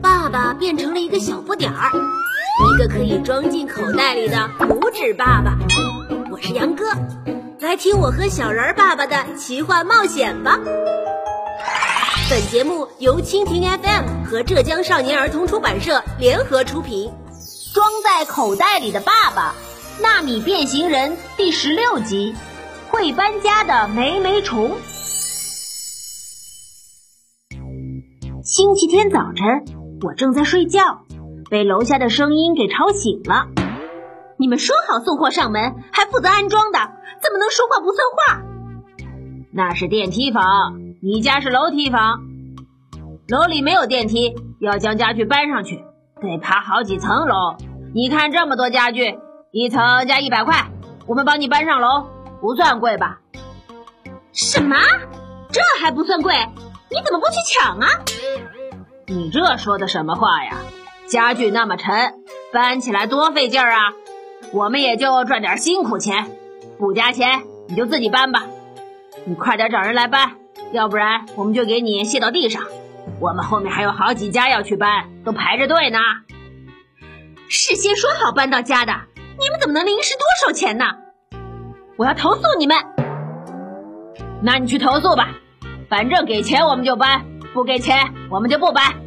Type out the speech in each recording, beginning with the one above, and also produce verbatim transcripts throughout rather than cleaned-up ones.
爸爸变成了一个小不点儿，一个可以装进口袋里的拇指爸爸。我是杨哥，来听我和小人爸爸的奇幻冒险吧。本节目由蜻蜓 F M 和浙江少年儿童出版社联合出品。 装在口袋里的爸爸，纳米变形人第十六集，会搬家的霉霉虫。星期天早晨，我正在睡觉，被楼下的声音给吵醒了。你们说好送货上门，还负责安装的，怎么能说话不算话？那是电梯房，你家是楼梯房。楼里没有电梯，要将家具搬上去，得爬好几层楼。你看这么多家具，一层加一百块，我们帮你搬上楼，不算贵吧？什么？这还不算贵？你怎么不去抢啊？你这说的什么话呀？家具那么沉，搬起来多费劲儿啊！我们也就赚点辛苦钱，不加钱你就自己搬吧。你快点找人来搬，要不然我们就给你卸到地上。我们后面还有好几家要去搬，都排着队呢。事先说好搬到家的，你们怎么能临时多收钱呢？我要投诉你们。那你去投诉吧，反正给钱我们就搬，不给钱我们就不搬。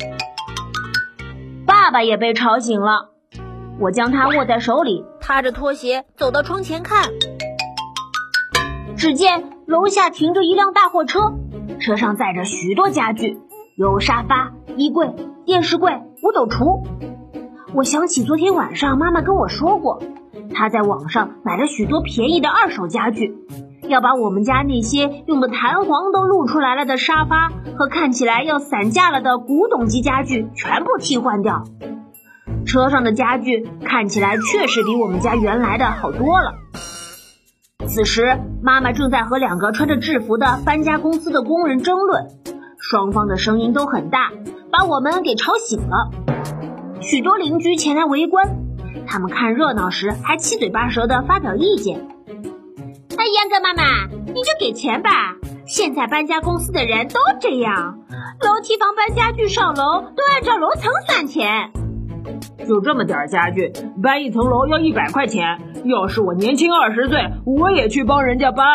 爸爸也被吵醒了，我将他握在手里， 踏着拖鞋走到窗前看。 只见楼下停着一辆大货车，车上载着许多家具，有沙发、衣柜、电视柜、五斗橱。我想起昨天晚上妈妈跟我说过，她在网上买了许多便宜的二手家具，要把我们家那些用的弹簧都露出来了的沙发和看起来要散架了的古董级家具全部替换掉。车上的家具看起来确实比我们家原来的好多了。此时妈妈正在和两个穿着制服的搬家公司的工人争论，双方的声音都很大，把我们给吵醒了。许多邻居前来围观，他们看热闹时还七嘴八舌地发表意见。哎，杨哥妈妈，你就给钱吧，现在搬家公司的人都这样，楼梯房搬家具上楼都按照楼层算钱。 就这么点家具，搬一层楼要一百块钱，要是我年轻二十岁，我也去帮人家搬。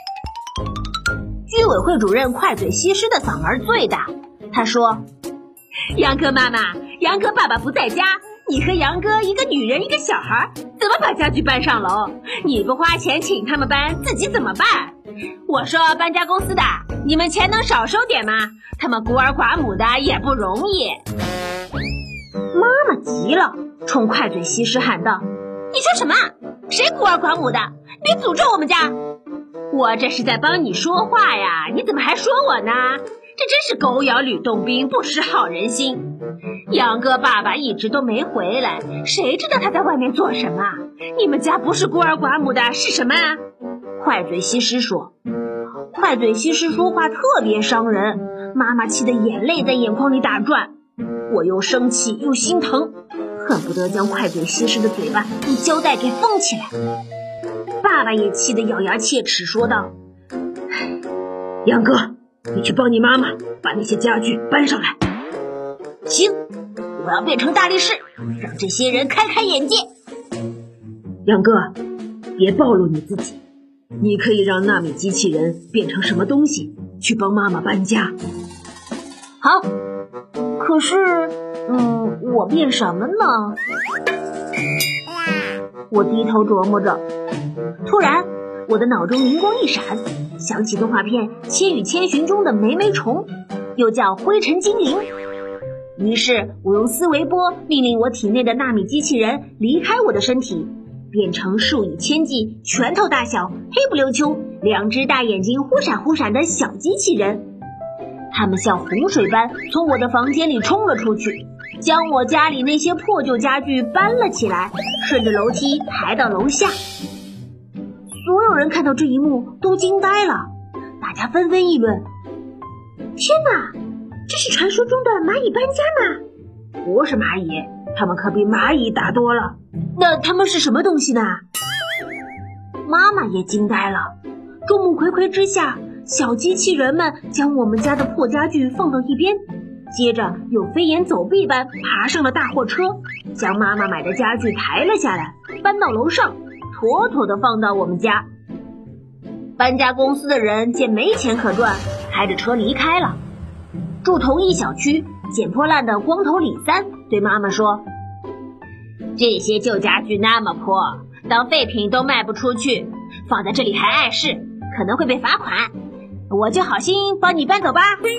居委会主任快嘴西施的嗓门最大，他说：杨哥妈妈，杨哥爸爸不在家，你和杨哥一个女人一个小孩，怎么把家具搬上楼？你不花钱请他们搬，自己怎么办？我说搬家公司的，你们钱能少收点吗？他们孤儿寡母的也不容易。妈妈急了，冲快嘴西施喊道：你说什么？谁孤儿寡母的？别诅咒我们家！我这是在帮你说话呀，你怎么还说我呢？这真是狗咬吕洞宾，不识好人心。杨哥爸爸一直都没回来，谁知道他在外面做什么？你们家不是孤儿寡母的是什么啊？快嘴西施说。快嘴西施说话特别伤人，妈妈气得眼泪在眼眶里打转。我又生气又心疼，恨不得将快嘴西施的嘴巴用胶带给封起来。爸爸也气得咬牙切齿说道： 杨哥，你去帮你妈妈把那些家具搬上来。 行，我要变成大力士，让这些人开开眼界。 杨哥，别暴露你自己，你可以让纳米机器人变成什么东西去帮妈妈搬家。 好，可是嗯，我变什么呢？我低头琢磨着，突然我的脑中灵光一闪，想起动画片《千与千寻》中的霉霉虫，又叫灰尘精灵。于是我用思维波命令我体内的纳米机器人离开我的身体，变成数以千计、拳头大小、黑不溜秋、两只大眼睛忽闪忽闪的小机器人。它们像洪水般从我的房间里冲了出去，将我家里那些破旧家具搬了起来，顺着楼梯抬到楼下。所有人看到这一幕都惊呆了，大家纷纷议论：天哪，这是传说中的蚂蚁搬家吗？ 不是蚂蚁，它们可比蚂蚁大多了。 那它们是什么东西呢？妈妈也惊呆了。众目睽睽之下，小机器人们将我们家的破家具放到一边， 接着又飞檐走壁般爬上了大货车，将妈妈买的家具抬了下来，搬到楼上，妥妥地放到我们家。搬家公司的人见没钱可赚，开着车离开了。住同一小区捡破烂的光头李三对妈妈说，这些旧家具那么破，当废品都卖不出去，放在这里还碍事，可能会被罚款，我就好心帮你搬走吧。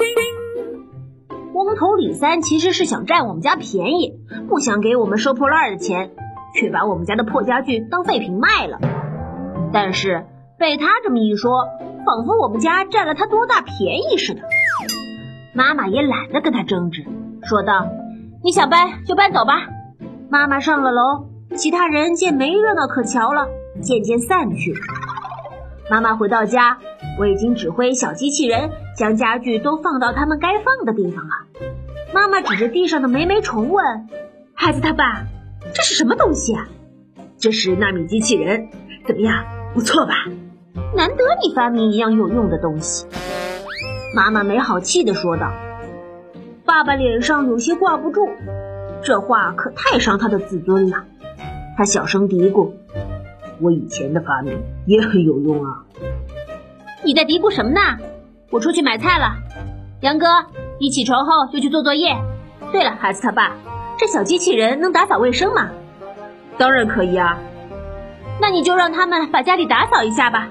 光头李三其实是想占我们家便宜，不想给我们收破烂的钱，却把我们家的破家具当废品卖了。但是被他这么一说，仿佛我们家占了他多大便宜似的。妈妈也懒得跟他争执，说道，你想搬就搬走吧。妈妈上了楼，其他人见没热闹可瞧了，渐渐散去。妈妈回到家，我已经指挥小机器人将家具都放到他们该放的地方了。妈妈指着地上的霉霉虫问，孩子他爸，这是什么东西啊？ 这是纳米机器人，怎么样，不错吧？ 难得你发明一样有用的东西。妈妈没好气地说道。爸爸脸上有些挂不住，这话可太伤他的自尊了。他小声嘀咕， 我以前的发明也很有用啊。 你在嘀咕什么呢？我出去买菜了。杨哥，你起床后就去做作业。对了，孩子他爸，这小机器人能打扫卫生吗？ 当然可以啊。 那你就让他们把家里打扫一下吧。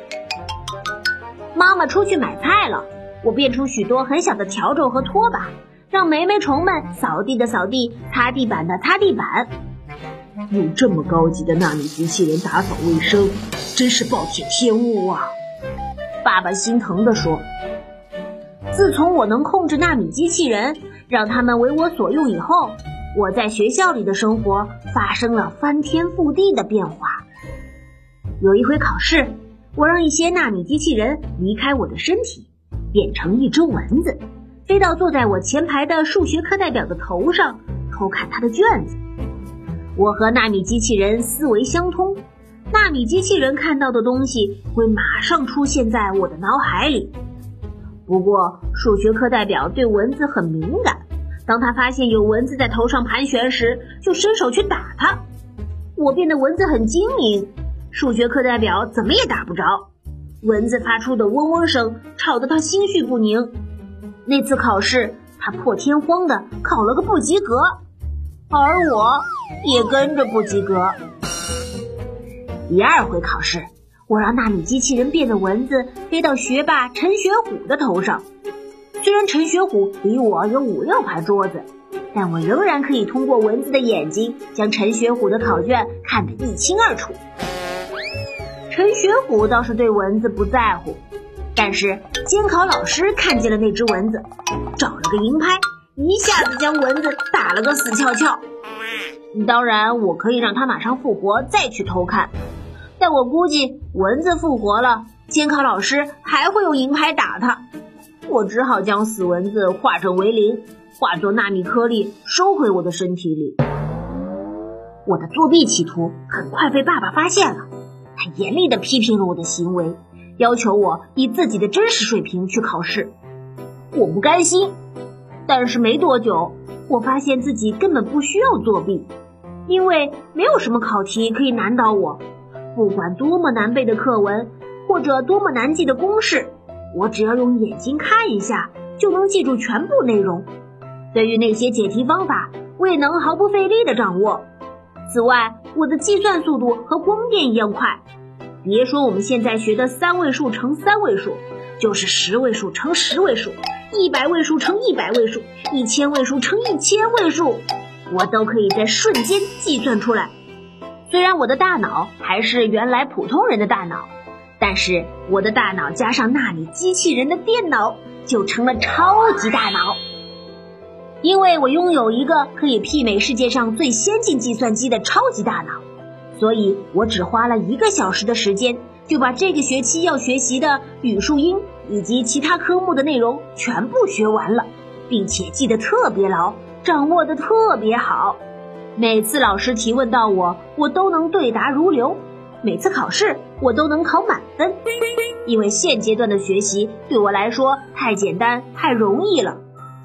妈妈出去买菜了，我变出许多很小的笤帚和拖把，让霉霉虫们扫地的扫地，擦地板的擦地板。 用这么高级的纳米机器人打扫卫生，真是暴殄天物啊！ 爸爸心疼地说。自从我能控制纳米机器人，让他们为我所用以后，我在学校里的生活发生了翻天覆地的变化。有一回考试，我让一些纳米机器人离开我的身体，变成一只蚊子，飞到坐在我前排的数学课代表的头上，偷看他的卷子。我和纳米机器人思维相通，纳米机器人看到的东西会马上出现在我的脑海里。不过数学课代表对蚊子很敏感，当他发现有蚊子在头上盘旋时，就伸手去打它。我变得蚊子很精明，数学课代表怎么也打不着，蚊子发出的嗡嗡声吵得他心绪不宁。那次考试，他破天荒的考了个不及格，而我也跟着不及格。第二回考试，我让纳米机器人变的蚊子飞到学霸陈学虎的头上。虽然陈学虎离我有五六排桌子，但我仍然可以通过蚊子的眼睛将陈学虎的考卷看得一清二楚。陈学虎倒是对蚊子不在乎，但是监考老师看见了那只蚊子，找了个银拍，一下子将蚊子打了个死翘翘。当然我可以让它马上复活再去偷看，但我估计蚊子复活了，监考老师还会用银拍打它。我只好将死蚊子化整为零，化作纳米颗粒收回我的身体里。我的作弊企图很快被爸爸发现了，他严厉地批评了我的行为，要求我以自己的真实水平去考试。我不甘心，但是没多久，我发现自己根本不需要作弊，因为没有什么考题可以难倒我。不管多么难背的课文，或者多么难记的公式，我只要用眼睛看一下，就能记住全部内容。对于那些解题方法，我也能毫不费力地掌握。此外，我的计算速度和光电一样快。别说我们现在学的三位数乘三位数，就是十位数乘十位数，一百位数乘一百位数，一千位数乘一千位数，我都可以在瞬间计算出来。虽然我的大脑还是原来普通人的大脑，但是我的大脑加上纳米机器人的电脑，就成了超级大脑。因为我拥有一个可以媲美世界上最先进计算机的超级大脑，所以我只花了一个小时的时间，就把这个学期要学习的语数英以及其他科目的内容全部学完了，并且记得特别牢，掌握得特别好。每次老师提问到我，我都能对答如流，每次考试我都能考满分。因为现阶段的学习对我来说太简单太容易了，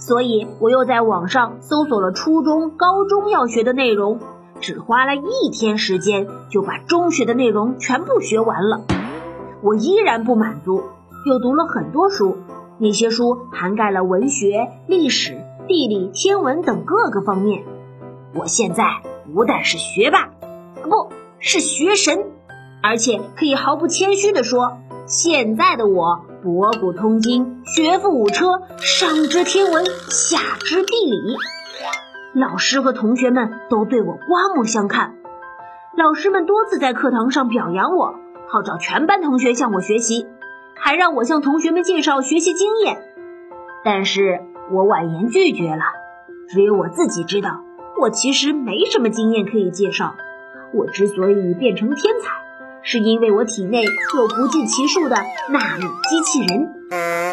所以我又在网上搜索了初中、高中要学的内容，只花了一天时间就把中学的内容全部学完了。我依然不满足，又读了很多书，那些书涵盖了文学、历史、地理、天文等各个方面。我现在不但是学霸，不是学神，而且可以毫不谦虚地说，现在的我博古通今，学富五车，上知天文，下知地理。老师和同学们都对我刮目相看，老师们多次在课堂上表扬我，号召全班同学向我学习，还让我向同学们介绍学习经验。但是我婉言拒绝了，只有我自己知道，我其实没什么经验可以介绍。我之所以变成天才，是因为我体内有不计其数的纳米机器人。